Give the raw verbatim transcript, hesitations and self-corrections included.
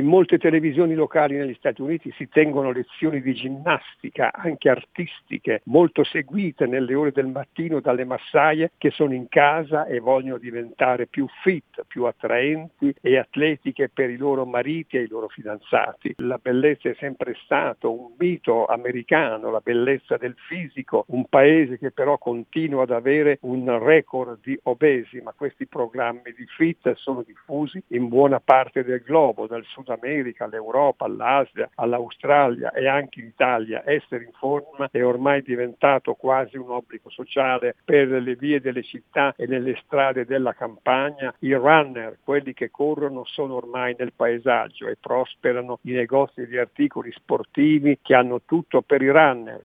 In molte televisioni locali negli Stati Uniti si tengono lezioni di ginnastica, anche artistiche, molto seguite nelle ore del mattino dalle massaie che sono in casa e vogliono diventare più fit, più attraenti e atletiche per i loro mariti e i loro fidanzati. La bellezza è sempre stato un mito americano, la bellezza del fisico, un paese che però continua ad avere un record di obesi, ma questi programmi di fit sono diffusi in buona parte del globo, dal Sud America all'Europa, all'Asia, all'Australia e anche in Italia. Essere in forma è ormai diventato quasi un obbligo sociale per le vie delle città e nelle strade della campagna. I runner, quelli che corrono, sono ormai nel paesaggio e prosperano i negozi di articoli sportivi che hanno tutto per i runner,